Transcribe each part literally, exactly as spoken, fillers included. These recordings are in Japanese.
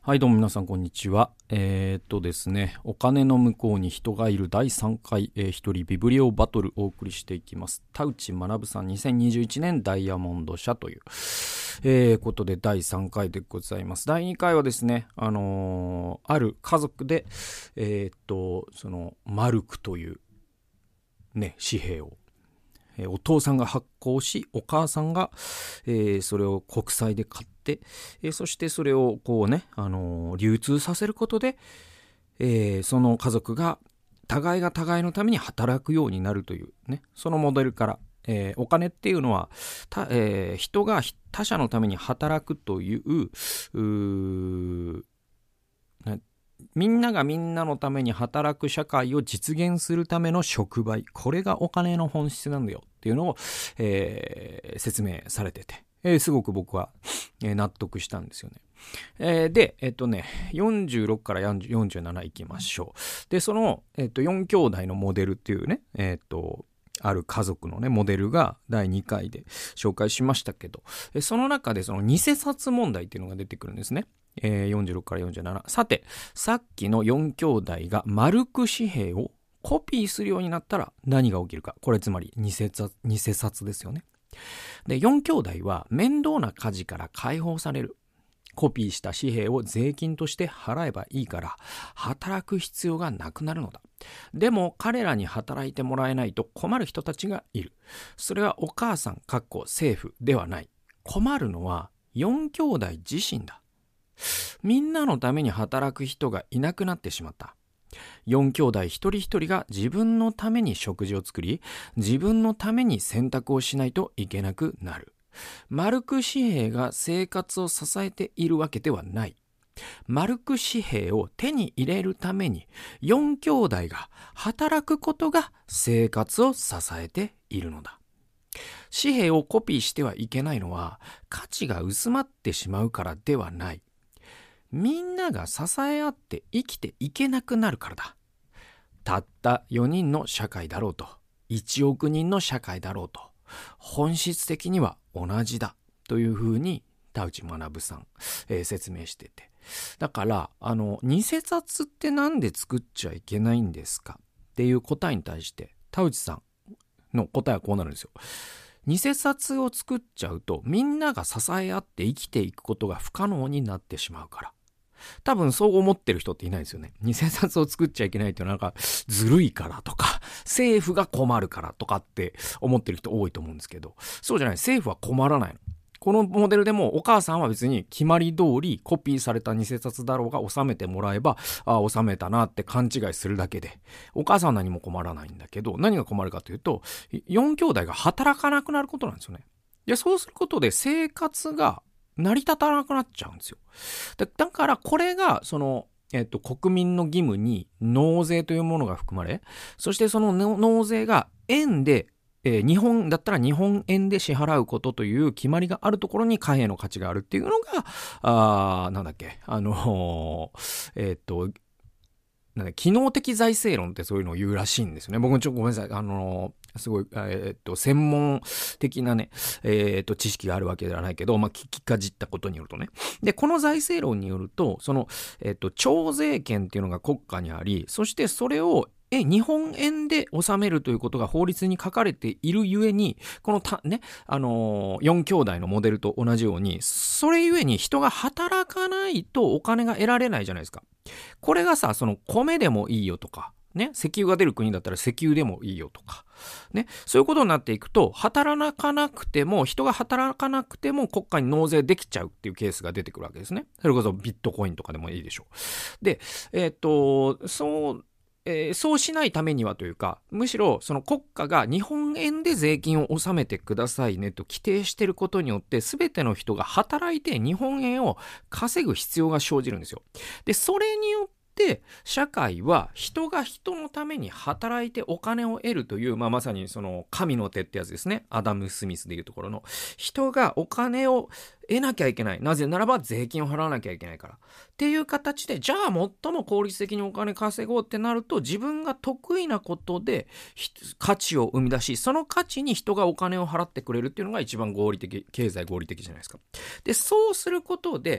はい、どうも皆さんこんにちは。えー、っとですね、お金の向こうに人がいるだいさんかい、えー、一人ビブリオバトルお送りしていきます。田内学さんにせんにじゅういちねんダイヤモンド社という、えー、ことでだいさんかいでございます。だいにかいはですね、あのー、ある家族で、えー、っと、その、マルクというね、紙幣を、えー、お父さんが発行し、お母さんが、えー、それを国債で買って、えー、そしてそれをこうね、あのー、流通させることで、えー、その家族が互いが互いのために働くようになるというね、そのモデルから、えー、お金っていうのはた、えー、人が他者のために働くという、うーねみんながみんなのために働く社会を実現するための触媒、これがお金の本質なんだよっていうのを、えー、説明されてて、えー、すごく僕は、えー、納得したんですよね。えー、で、えっとね、よんじゅうろくからよんじゅうなないきましょう。で、その、えっと、よん兄弟のモデルっていうね、えっと、ある家族のね、モデルがだいにかいで紹介しましたけど、その中でその偽札問題っていうのが出てくるんですね。えー、よんじゅうろくからよんじゅうなな。さて、さっきのよん兄弟がマルク紙幣をコピーするようになったら何が起きるか。これつまり偽札、偽札ですよね。で、よん兄弟は面倒な家事から解放される。コピーした紙幣を税金として払えばいいから働く必要がなくなるのだ。でも彼らに働いてもらえないと困る人たちがいる。それはお母さん、かっこ政府ではない。困るのはよん兄弟自身だ。みんなのために働く人がいなくなってしまった。よん兄弟一人一人が自分のために食事を作り、自分のために洗濯をしないといけなくなる。マルク紙幣が生活を支えているわけではない。マルク紙幣を手に入れるためによん兄弟が働くことが生活を支えているのだ。紙幣をコピーしてはいけないのは価値が薄まってしまうからではない。みんなが支え合って生きていけなくなるからだ。たったよにんの社会だろうと、いちおくにんの社会だろうと、本質的には同じだというふうに田内学さん、えー、説明してて、だからあの偽札ってなんで作っちゃいけないんですかっていう答えに対して田内さんの答えはこうなるんですよ。偽札を作っちゃうとみんなが支え合って生きていくことが不可能になってしまうから。多分そう思ってる人っていないですよね。偽札を作っちゃいけないっていうのはなんかずるいからとか政府が困るからとかって思ってる人多いと思うんですけど、そうじゃない。政府は困らないの。このモデルでもお母さんは別に決まり通りコピーされた偽札だろうが収めてもらえば、ああ収めたなって勘違いするだけで、お母さんは何も困らないんだけど、何が困るかというとよん兄弟が働かなくなることなんですよね。でそうすることで生活が成り立たなくなっちゃうんですよ。だ, だからこれがその、えっと、国民の義務に納税というものが含まれ、そしてその納税が円で、えー、日本だったら日本円で支払うことという決まりがあるところに貨幣の価値があるっていうのが、あーなんだっけ、あのー、えっとなんだ機能的財政論ってそういうのを言うらしいんですよね。僕もちょっとごめんなさい。あのー、すごい、えー、っと、専門的なね、えー、っと、知識があるわけではないけど、まあ、聞きかじったことによるとね。で、この財政論によると、その、えー、っと、徴税権っていうのが国家にあり、そしてそれをえ日本円で納めるということが法律に書かれているゆえに、このたね、あのー、よん兄弟のモデルと同じように、それゆえに人が働かないとお金が得られないじゃないですか。これがさ、その米でもいいよとか、ね、石油が出る国だったら石油でもいいよとか、ね、そういうことになっていくと、働かなくても、人が働かなくても国家に納税できちゃうっていうケースが出てくるわけですね。それこそビットコインとかでもいいでしょう。で、えっと、そう、えー、そうしないためにはというか、むしろその国家が日本円で税金を納めてくださいねと規定していることによって、全ての人が働いて日本円を稼ぐ必要が生じるんですよ。で、それによってで社会は人が人のために働いてお金を得るという、まあ、まさにその神の手ってやつですね。アダム・スミスでいうところの人がお金を得なきゃいけない。なぜならば税金を払わなきゃいけないからっていう形で、じゃあ最も効率的にお金稼ごうってなると、自分が得意なことで価値を生み出し、その価値に人がお金を払ってくれるっていうのが一番合理的、経済合理的じゃないですか。でそうすることで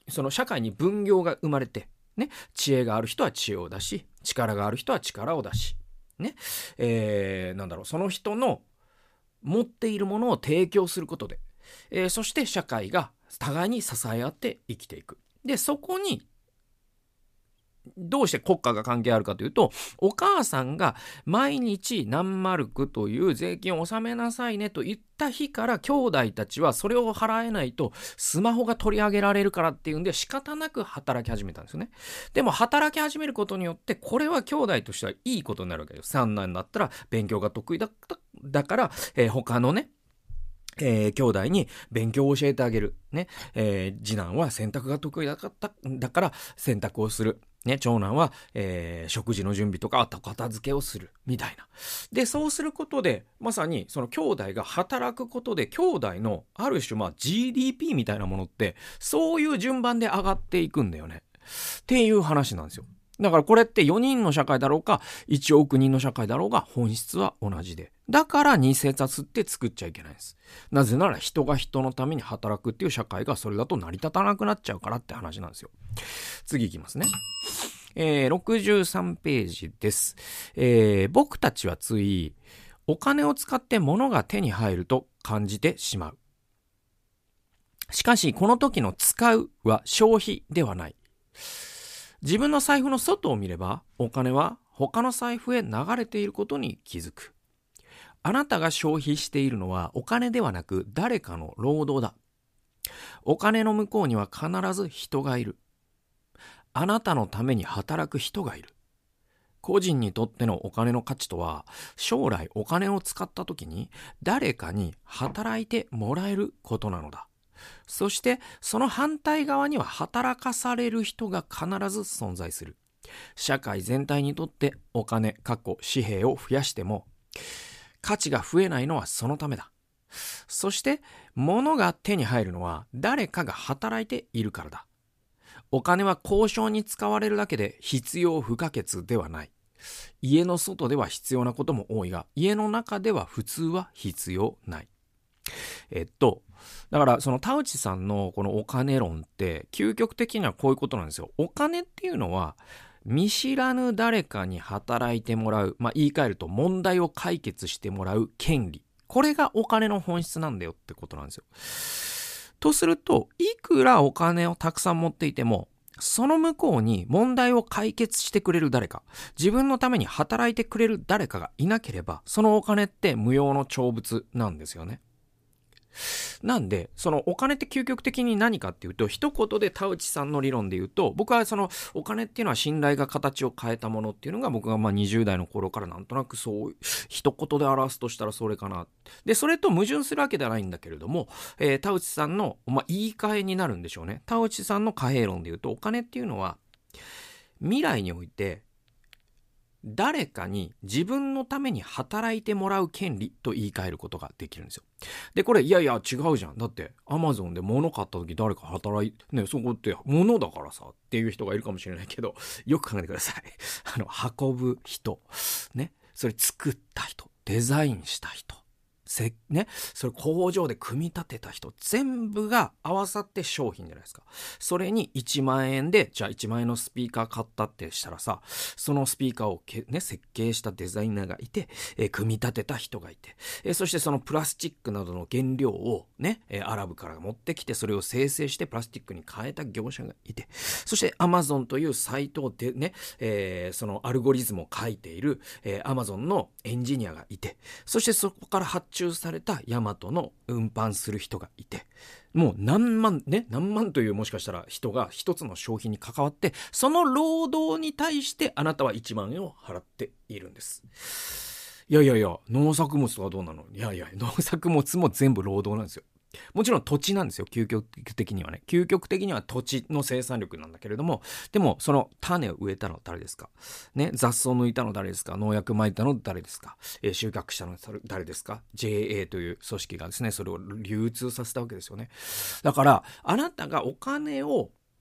その社会に分業が生まれて、ね、知恵がある人は知恵を出し、力がある人は力を出し、ね、えー、なんだろう、その人の持っているものを提供することで、えー、そして社会が互いに支え合って生きていく。で、そこにどうして国家が関係あるかというと、お母さんが毎日何マルクという税金を納めなさいねと言った日から兄弟たちはそれを払えないとスマホが取り上げられるからっていうんで仕方なく働き始めたんですよね。でも働き始めることによってこれは兄弟としてはいいことになるわけです。三男だったら勉強が得意だっただから、えー、他のねえー、兄弟に勉強を教えてあげる。ね。えー、次男は洗濯が得意だった、だから洗濯をする。ね。長男は、えー、食事の準備とか片付けをする。みたいな。で、そうすることで、まさにその兄弟が働くことで、兄弟のある種、まあ ジーディーピー みたいなものって、そういう順番で上がっていくんだよね。っていう話なんですよ。だからこれってよにんの社会だろうかいちおくにんの社会だろうが本質は同じで、だから偽札って作っちゃいけないんです。なぜなら人が人のために働くっていう社会がそれだと成り立たなくなっちゃうからって話なんですよ。次いきますね。えー、ろくじゅうさんページです。えー、僕たちはついお金を使って物が手に入ると感じてしまう。しかしこの時の使うは消費ではない。自分の財布の外を見れば、お金は他の財布へ流れていることに気づく。あなたが消費しているのはお金ではなく誰かの労働だ。お金の向こうには必ず人がいる。あなたのために働く人がいる。個人にとってのお金の価値とは、将来お金を使った時に誰かに働いてもらえることなのだ。そしてその反対側には働かされる人が必ず存在する。社会全体にとってお金、過去、紙幣を増やしても価値が増えないのはそのためだ。そして物が手に入るのは誰かが働いているからだ。お金は交渉に使われるだけで必要不可欠ではない。家の外では必要なことも多いが、家の中では普通は必要ない。えっと、だからその田内さんのこのお金論って究極的にはこういうことなんですよ。お金っていうのは見知らぬ誰かに働いてもらう、まあ言い換えると問題を解決してもらう権利。これがお金の本質なんだよってことなんですよ。とすると、いくらお金をたくさん持っていても、その向こうに問題を解決してくれる誰か、自分のために働いてくれる誰かがいなければ、そのお金って無用の長物なんですよね。なんで、そのお金って究極的に何かっていうと、一言で田内さんの理論で言うと、僕はそのお金っていうのは信頼が形を変えたものっていうのが僕がまあにじゅう代の頃からなんとなくそう一言で表すとしたらそれかな。で、それと矛盾するわけではないんだけれども、えー、田内さんの、まあ、言い換えになるんでしょうね。田内さんの貨幣論で言うと、お金っていうのは未来において誰かに自分のために働いてもらう権利と言い換えることができるんですよ。で、これ、いやいや違うじゃん。だって、アマゾンで物買った時誰か働いて、ね、そこって物だからさ、っていう人がいるかもしれないけど、よく考えてください。あの、運ぶ人、ね、それ作った人、デザインした人、せ、ね、それ工場で組み立てた人、全部が合わさって商品じゃないですか。それにいちまんえんで、じゃあいちまんえんのスピーカー買ったってしたらさ、そのスピーカーをけ、ね、設計したデザイナーがいて、えー、組み立てた人がいて、えー、そしてそのプラスチックなどの原料をね、えー、アラブから持ってきて、それを生成してプラスチックに変えた業者がいて、そして Amazon というサイトでね、えー、そのアルゴリズムを書いている、えー、Amazon のエンジニアがいて、そしてそこから発注されたヤマトの運搬する人がいて、もう何万ね、何万というもしかしたら人が一つの商品に関わって、その労働に対してあなたはいちまんえんを払っているんです。いやいやいや、農作物とかどうなの？いやいや、農作物も全部労働なんですよ。もちろん土地なんですよ、究極的にはね。究極的には土地の生産力なんだけれども、でもその種を植えたの誰ですかね、雑草抜いたの誰ですか、農薬撒いたの誰ですか、えー、収穫したの誰ですか、 ジェーエー という組織がですね、それを流通させたわけですよね。だから、あなたがお金を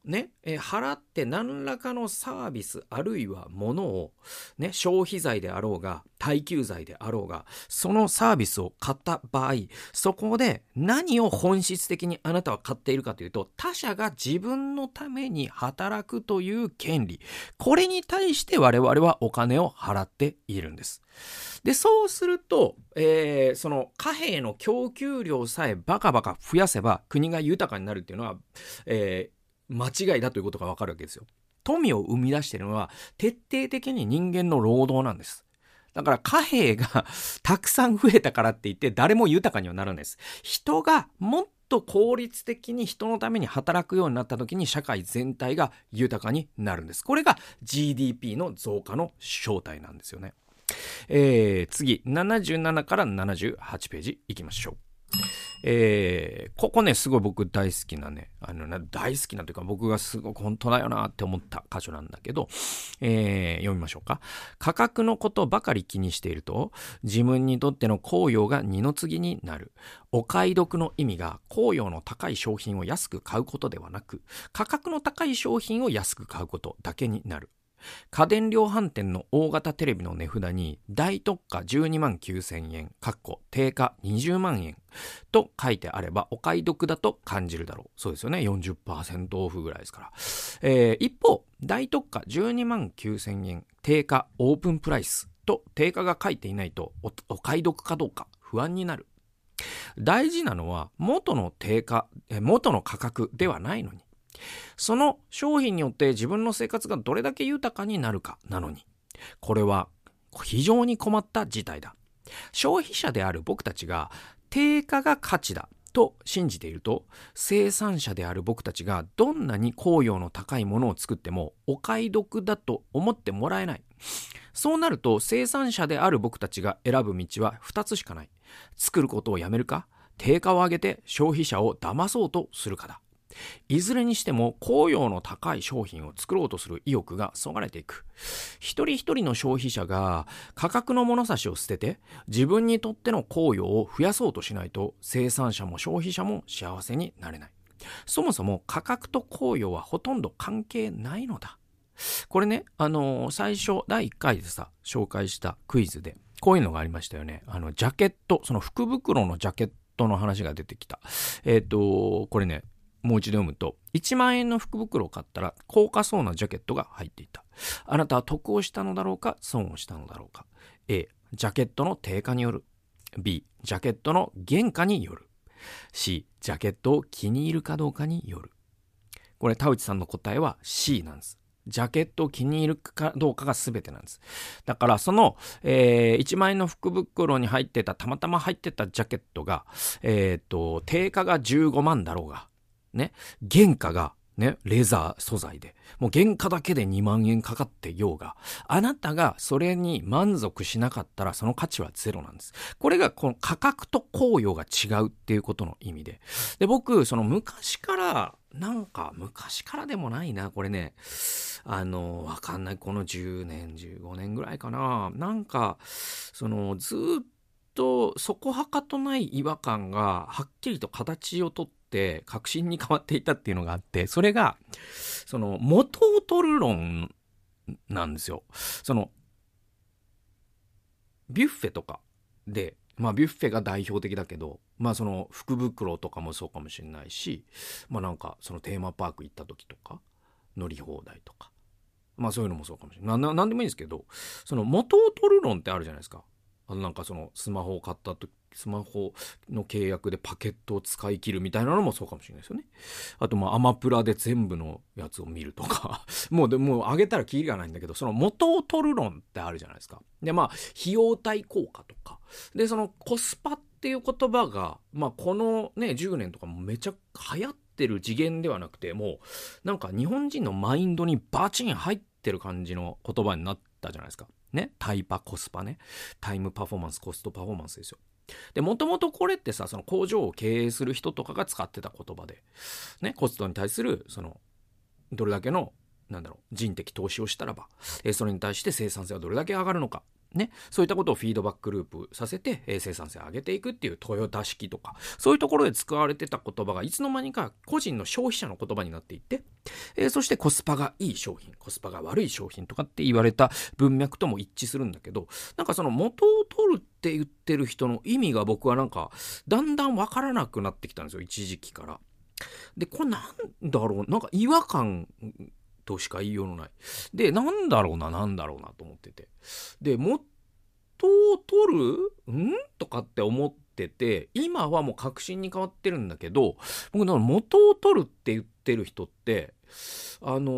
ね、えー払って何らかのサービスあるいは物を、ね、消費財であろうが耐久財であろうがそのサービスを買った場合、そこで何を本質的にあなたは買っているかというと、他者が自分のために働くという権利、これに対して我々はお金を払っているんです。でそうすると、えーその貨幣の供給量さえバカバカ増やせば国が豊かになるっていうのは、えー間違いだということがわかるわけですよ。富を生み出しているのは徹底的に人間の労働なんです。だから貨幣がたくさん増えたからって言って誰も豊かにはなるんです。人がもっと効率的に人のために働くようになった時に社会全体が豊かになるんです。これが ジーディーピー の増加の正体なんですよね。えー、次ななじゅうななからななじゅうはちページいきましょう。えー、ここねすごい僕大好きなねあのな大好きなというか僕がすごく本当だよなって思った箇所なんだけど、えー、読みましょうか。価格のことばかり気にしていると自分にとっての効用が二の次になる。お買い得の意味が効用の高い商品を安く買うことではなく価格の高い商品を安く買うことだけになる。家電量販店の大型テレビの値札に大特価じゅうにまんきゅうせんえん定価にじゅうまんえんと書いてあればお買い得だと感じるだろう。そうですよね。 よんじゅっパーセント オフぐらいですから、えー、一方大特価じゅうにまんきゅうせんえん定価オープンプライスと定価が書いていないと お, お買い得かどうか不安になる。大事なのは元の定価元の価格ではないのに、その商品によって自分の生活がどれだけ豊かになるかなのに、これは非常に困った事態だ。消費者である僕たちが定価が価値だと信じていると、生産者である僕たちがどんなに効用の高いものを作ってもお買い得だと思ってもらえない。そうなると生産者である僕たちが選ぶ道はふたつしかない。作ることをやめるか、定価を上げて消費者を騙そうとするかだ。いずれにしても効用の高い商品を作ろうとする意欲がそがれていく。一人一人の消費者が価格の物差しを捨てて自分にとっての効用を増やそうとしないと生産者も消費者も幸せになれない。そもそも価格と効用はほとんど関係ないのだ。これね、あのー最初だいいっかいでさ紹介したクイズでこういうのがありましたよね。あのジャケット、その福袋のジャケットの話が出てきた。えっとこれね、もう一度読むと、いちまんえんの福袋を買ったら高価そうなジャケットが入っていた。あなたは得をしたのだろうか損をしたのだろうか。 A、 ジャケットの定価による。 B、 ジャケットの原価による。 C、 ジャケットを気に入るかどうかによる。これ田内さんの答えは C なんです。ジャケットを気に入るかどうかが全てなんです。だからその、えー、いちまんえんの福袋に入ってたたまたま入ってたジャケットが、えー、と定価がじゅうごまんだろうがね、原価がね、レザー素材で、もう原価だけでにまんえんかかってようが、あなたがそれに満足しなかったらその価値はゼロなんです。これがこの価格と効用が違うっていうことの意味で。で、僕、その昔から、なんか昔からでもないな、これね、あの、わかんない、このじゅうねん、じゅうごねんぐらいかな、なんか、その、ずっと、そこはかとない違和感が、はっきりと形をとって、確信に変わっていたっていうのがあって、それがその元を取る論なんですよ。そのビュッフェとかで、まあビュッフェが代表的だけど、まあその福袋とかもそうかもしれないし、まあなんかそのテーマパーク行った時とか乗り放題とか、まあそういうのもそうかもしれない。な、ななんでもいいんですけど、その元を取る論ってあるじゃないですか。あのなんかそのスマホを買った時、スマホの契約でパケットを使い切るみたいなのもそうかもしれないですよね。あとまあアマプラで全部のやつを見るとかもうでもう上げたらキリがないんだけど、その元を取る論ってあるじゃないですか。でまあ費用対効果とかで、そのコスパっていう言葉がまあこのねじゅうねんとかもめちゃ流行ってる次元ではなくて、もうなんか日本人のマインドにバチン入ってる感じの言葉になったじゃないですかね。タイパ、コスパね、タイムパフォーマンス、コストパフォーマンスですよ。でもともとこれってさ、その工場を経営する人とかが使ってた言葉で、ね、コストに対するそのどれだけのなんだろう人的投資をしたらば、えー、それに対して生産性はどれだけ上がるのか、 ね、そういったことをフィードバックループさせて、えー、生産性を上げていくっていうトヨタ式とか、そういうところで使われてた言葉がいつの間にか個人の消費者の言葉になっていって、えー、そしてコスパがいい商品、コスパが悪い商品とかって言われた文脈とも一致するんだけど、なんかその元を取るって言ってる人の意味が僕はなんかだんだんわからなくなってきたんですよ、一時期から。で、これなんだろう、なんか違和感としか言いようのない。で、なんだろうな、なんだろうなと思ってて。で、元を取るんとかって思ってて、今はもう確信に変わってるんだけど、僕、だから元を取るって言ってる人って、あの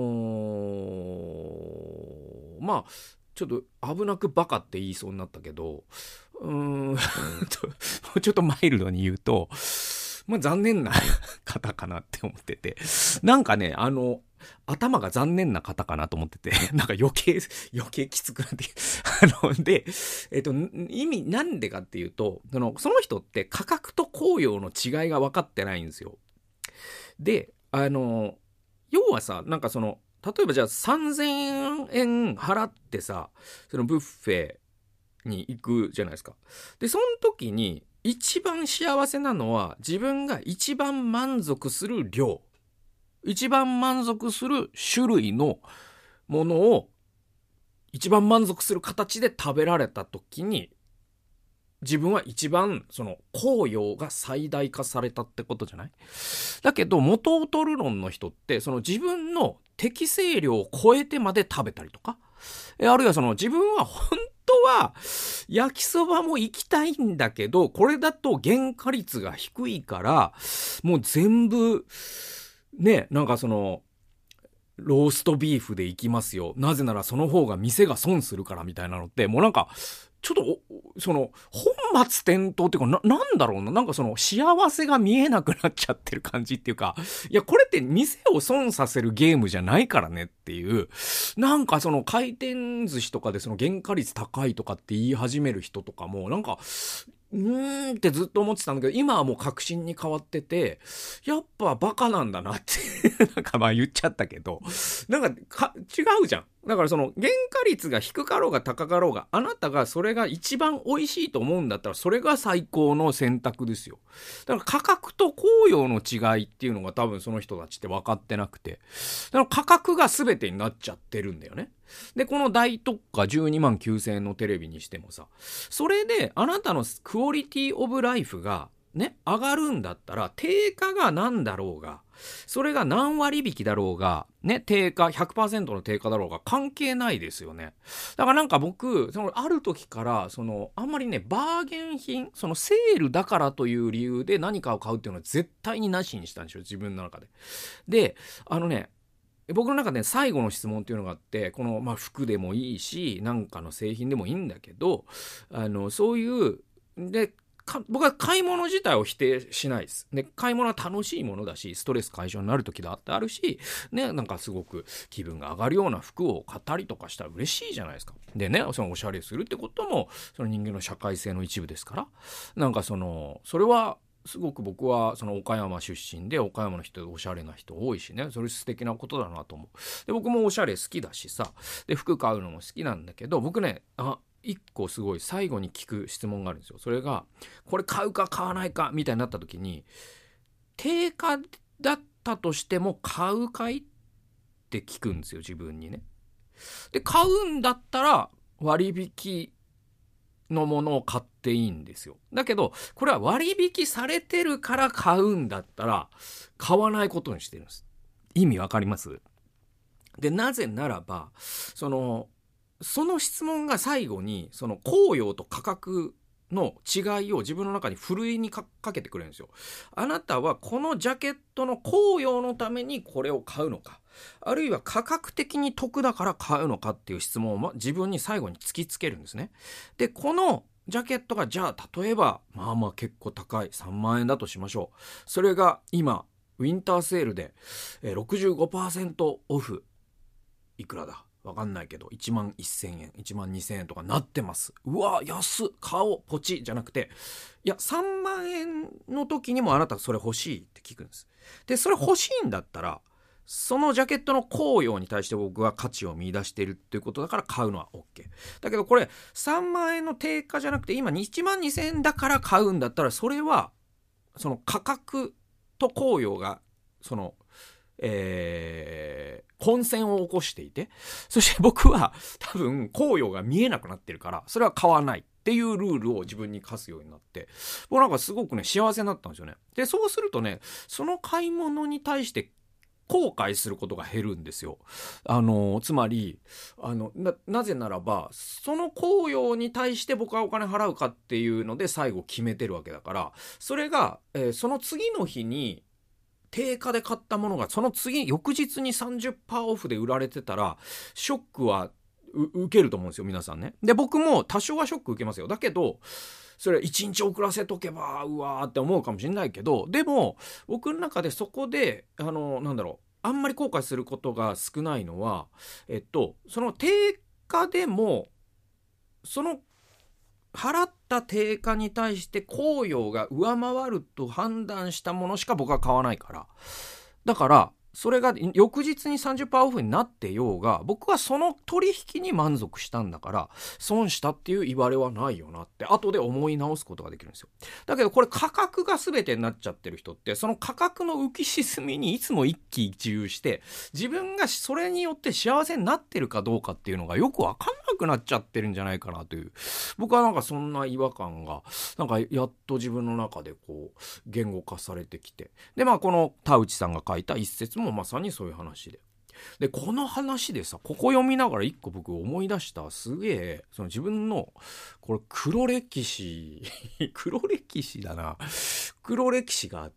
ー、まあ、ちょっと危なくバカって言いそうになったけど、うーん、ちょっとマイルドに言うと、まあ残念な方かなって思ってて、なんかね、あの、頭が残念な方かなと思ってて、なんか余計、余計きつくなって、あの、で、えっと、意味なんでかっていうと、その、その人って価格と効用の違いが分かってないんですよ。で、あの、要はさ、なんかその、例えばじゃあさんぜんえん払ってさ、そのブッフェに行くじゃないですか。で、その時に一番幸せなのは自分が一番満足する量、一番満足する種類のものを一番満足する形で食べられた時に、自分は一番その効用が最大化されたってことじゃない？だけど元を取る論の人ってその自分の適正量を超えてまで食べたりとか、あるいはその自分は本当は焼きそばも行きたいんだけど、これだと原価率が低いからもう全部ね、なんかそのローストビーフで行きますよ、なぜならその方が店が損するからみたいなのって、もうなんかちょっとその本末転倒っていうか な, なんだろうな、なんかその幸せが見えなくなっちゃってる感じっていうか、いやこれって店を損させるゲームじゃないからねっていう、なんかその回転寿司とかでその原価率高いとかって言い始める人とかもなんかうーんってずっと思ってたんだけど、今はもう確信に変わってて、やっぱバカなんだなってなんかまあ言っちゃったけど、なんかか違うじゃん。だからその原価率が低かろうが高かろうが、あなたがそれが一番美味しいと思うんだったらそれが最高の選択ですよ。だから価格と効用の違いっていうのが多分その人たちって分かってなくて、だから価格が全てになっちゃってるんだよね。で、この大特価じゅうにまんきゅうせんえんのテレビにしてもさ、それであなたのクオリティオブライフがね、上がるんだったら、定価が何だろうが、それが何割引きだろうが、ね、定価、ひゃくパーセント の定価だろうが関係ないですよね。だからなんか僕、そのある時から、その、あんまりね、バーゲン品、そのセールだからという理由で何かを買うっていうのは絶対になしにしたんですよ、自分の中で。で、あのね、僕の中で最後の質問っていうのがあって、この、まあ、服でもいいし、なんかの製品でもいいんだけど、あの、そういう、で、僕は買い物自体を否定しないです。で、買い物は楽しいものだし、ストレス解消になる時だってあるし、ね、なんかすごく気分が上がるような服を買ったりとかしたら嬉しいじゃないですか。でね、そのおしゃれするってことも、その人間の社会性の一部ですから、なんかその、それは、すごく僕はその岡山出身で、岡山の人でおしゃれな人多いしね、それ素敵なことだなと思う。で、僕もおしゃれ好きだしさ、で、服買うのも好きなんだけど、僕ね、あ、一個すごい最後に聞く質問があるんですよ。それが、これ買うか買わないかみたいになった時に、定価だったとしても買うかいって聞くんですよ、自分にね。で、買うんだったら割引のものを買っていいんですよ。だけど、これは割引されてるから買うんだったら、買わないことにしてるんです。意味わかります？で、なぜならば、その、その質問が最後に、その効用と価格の違いを自分の中にふるいに か, かけてくれるんですよ。あなたはこのジャケットの効用のためにこれを買うのか、あるいは価格的に得だから買うのかっていう質問を自分に最後に突きつけるんですね。で、このジャケットがじゃあ例えばまあまあ結構高いさんまんえんだとしましょう。それが今ウィンターセールで ろくじゅうごパーセント オフ、いくらだわかんないけどいちまんせんえん、いちまんにせんえんとかなってます。うわ安っ、買おうポチじゃなくて、いやさんまんえんの時にもあなたそれ欲しいって聞くんです。でそれ欲しいんだったらそのジャケットの効用に対して僕は価値を見出しているっていうことだから買うのは OK。だけどこれさんまんえんの定価じゃなくて今いちまんにせんえんだから買うんだったら、それはその価格と効用がそのえー、混戦を起こしていて、そして僕は多分効用が見えなくなってるから、それは買わないっていうルールを自分に課すようになって、僕なんかすごくね幸せになったんですよね。でそうするとね、その買い物に対して後悔することが減るんですよ。あのつまりあの な, なぜならばその効用に対して僕はお金払うかっていうので最後決めてるわけだから、それが、えー、その次の日に定価で買ったものがその次翌日に さんじゅっパーセント オフで売られてたらショックは受けると思うんですよ、皆さんね。で僕も多少はショック受けますよ。だけどそれいちにち遅らせとけばうわーって思うかもしれないけど、でも僕の中でそこであのなんだろう、あんまり後悔することが少ないのは、えっとその定価でもその払った定価に対して効用が上回ると判断したものしか僕は買わないから。だからそれが翌日に さんじゅっパーセント オフになってようが、僕はその取引に満足したんだから損したっていう言われはないよなって後で思い直すことができるんですよ。だけどこれ価格が全てになっちゃってる人って、その価格の浮き沈みにいつも一喜一憂して、自分がそれによって幸せになってるかどうかっていうのがよく分かんなくなっちゃってるんじゃないかなという、僕はなんかそんな違和感がなんかやっと自分の中でこう言語化されてきて、でまあこの田内さんが書いた一節もまさにそういう話で、でこの話でさ、ここ読みながら一個僕思い出したすげえその自分のこれ黒歴史黒歴史だな黒歴史があって、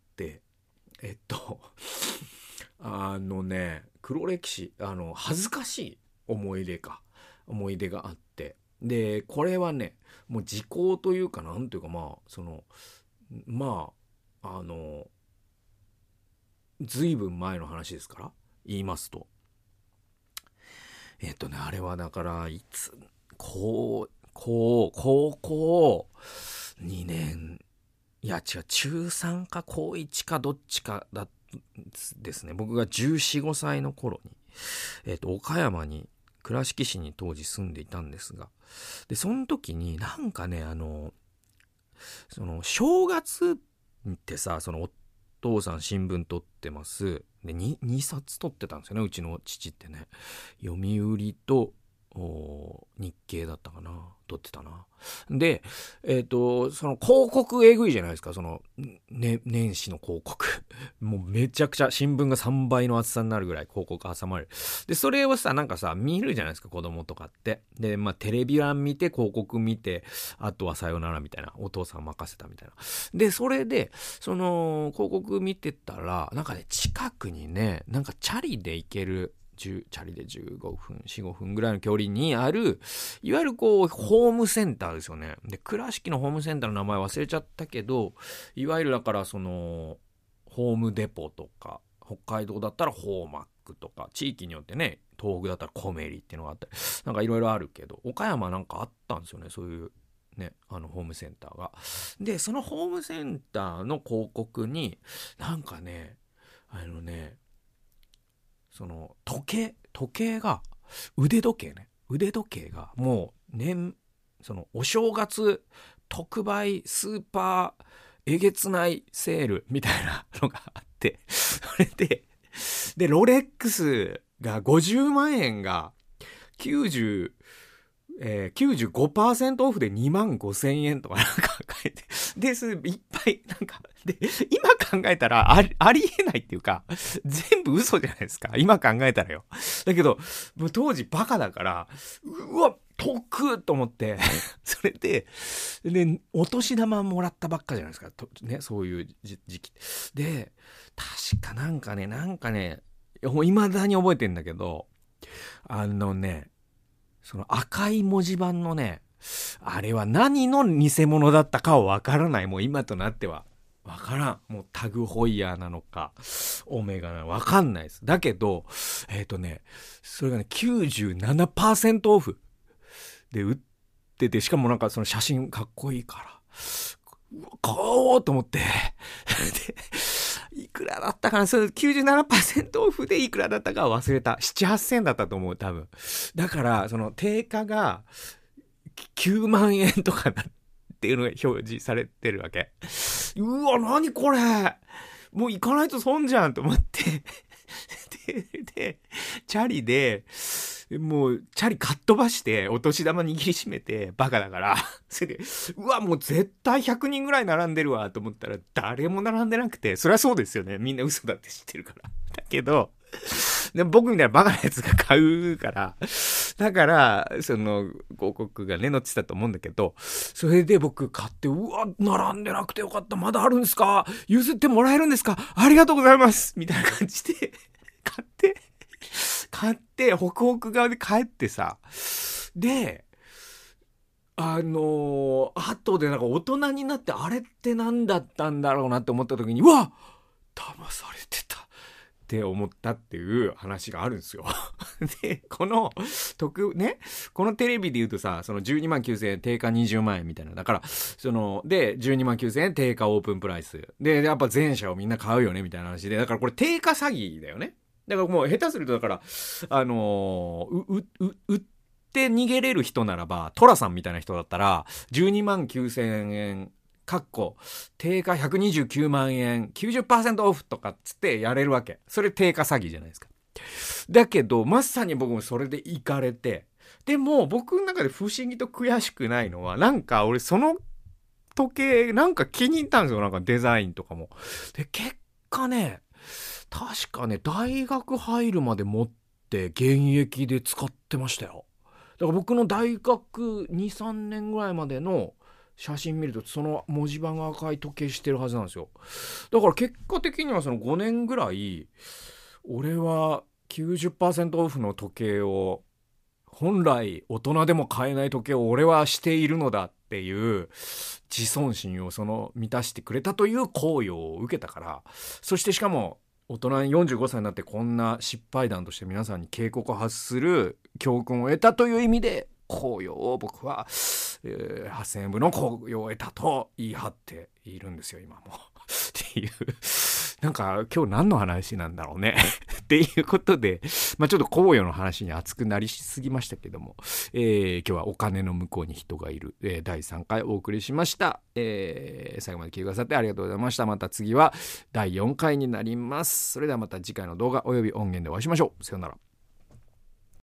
えっとあのね黒歴史あの恥ずかしい思い出か思い出があって、でこれはねもう時効というかなんというか、まあそのまああのずいぶん前の話ですから言いますと、えっとねあれはだからいつ高高高校にねん、いや違う中さんか高いちかどっちかだですね。僕がじゅうよん、ごさいの頃に、えっと岡山に倉敷市に当時住んでいたんですが、でその時になんかねあのその正月ってさ、そのお父さん新聞取ってますで 2, 2冊取ってたんですよね、うちの父ってね。読売と日経だったかな、撮ってたな。でえっ、ー、とその広告えぐいじゃないですか、その、ね、年始の広告もうめちゃくちゃ新聞がさんばいの厚さになるぐらい広告挟まれる。でそれをさなんかさ見るじゃないですか子供とかって。でまあテレビ欄見て広告見てあとはさよならみたいな、お父さん任せたみたいな。でそれでその広告見てたらなんかね近くにねなんかチャリで行けるチャリでじゅうごふん、よん、ごふんぐらいの距離にあるいわゆるこうホームセンターですよね。で倉敷のホームセンターの名前忘れちゃったけど、いわゆるだからそのホームデポとか、北海道だったらホーマックとか、地域によってね東北だったらコメリっていうのがあったりなんかいろいろあるけど、岡山なんかあったんですよね、そういうねあのホームセンターが。でそのホームセンターの広告になんかねあのねその時計時計が腕時計ね腕時計がもう年そのお正月特売スーパーえげつないセールみたいなのがあって、それででロレックスがごじゅうまんえんがきゅうじゅうえー、きゅうじゅうごパーセント オフでにまんごせんえんとかなんか書いて、ですいっぱいなんかで今考えたらあり、ありえないっていうか全部嘘じゃないですか今考えたらよ。だけどもう当時バカだからうわ得と思ってそれででお年玉もらったばっかじゃないですかと、ね、そういう時期で、確かなんかねなんかねいまだに覚えてんだけど、あのねその赤い文字盤のねあれは何の偽物だったかはわからない。もう今となってはわからん。もうタグホイヤーなのかオメガなのかわかんないです。だけどえっとねそれがね きゅうじゅうななパーセント オフで売ってて、しかもなんかその写真かっこいいから買おうと思ってでいくらだったかな、その きゅうじゅうななパーセント オフでいくらだったかは忘れた。なな、はっせんだったと思う、多分。だから、その定価がきゅうまんえんとかだっていうのが表示されてるわけ。うわ、何これ、もう行かないと損じゃんと思って。で、で、チャリで、もう、チャリかっ飛ばして、お年玉握りしめて、バカだから。それで、うわ、もう絶対ひゃくにんぐらい並んでるわ、と思ったら、誰も並んでなくて、そりゃそうですよね。みんな嘘だって知ってるから。だけど、で僕みたいなバカなやつが買うから、だから、その、広告がね、載ってたと思うんだけど、それで僕買って、うわ、並んでなくてよかった。まだあるんですか？譲ってもらえるんですか？ありがとうございますみたいな感じで、買って、買って、ホクホク側で帰ってさ、で、あのー、後でなんか大人になって、あれって何だったんだろうなって思った時に、うわ！騙されてたって思ったっていう話があるんですよ。で、この特ね、このテレビで言うとさ、そのじゅうにまんきゅうせんえん定価にじゅうまんえんみたいな。だから、その、で、じゅうにまんきゅうせんえん定価オープンプライス。で、やっぱ全社をみんな買うよねみたいな話で、だからこれ定価詐欺だよね。だからもう下手すると、だから、あのー、う、う、う、売って逃げれる人ならば、トラさんみたいな人だったら、じゅうにまんきゅうせんえん、かっこ定価ひゃくにじゅうきゅうまんえん きゅうじゅっパーセント オフとかっつってやれるわけ。それ定価詐欺じゃないですか。だけどまさに僕もそれで行かれて、でも僕の中で不思議と悔しくないのは、なんか俺その時計なんか気に入ったんですよ。なんかデザインとかも。で結果ね、確かね大学入るまで持って現役で使ってましたよ。だから僕の大学 に,さん 年ぐらいまでの写真見るとその文字盤が赤い時計してるはずなんですよ。だから結果的にはそのごねんぐらい俺は きゅうじゅっパーセント オフの時計を、本来大人でも買えない時計を俺はしているのだっていう自尊心をその満たしてくれたという行為を受けたから、そしてしかも大人によんじゅうごさいになってこんな失敗談として皆さんに警告を発する教訓を得たという意味で、紅葉を僕は、えー、はっせんえんぶの紅葉を得たと言い張っているんですよ今も。っていう、なんか今日何の話なんだろうねっていうことで、まあちょっと紅葉の話に熱くなりすぎましたけども、えー、今日はお金の向こうに人がいる、えー、だいさんかいお送りしました、えー、最後まで聞いてくださってありがとうございました。また次はだいよんかいになります。それではまた次回の動画および音源でお会いしましょう。さようなら。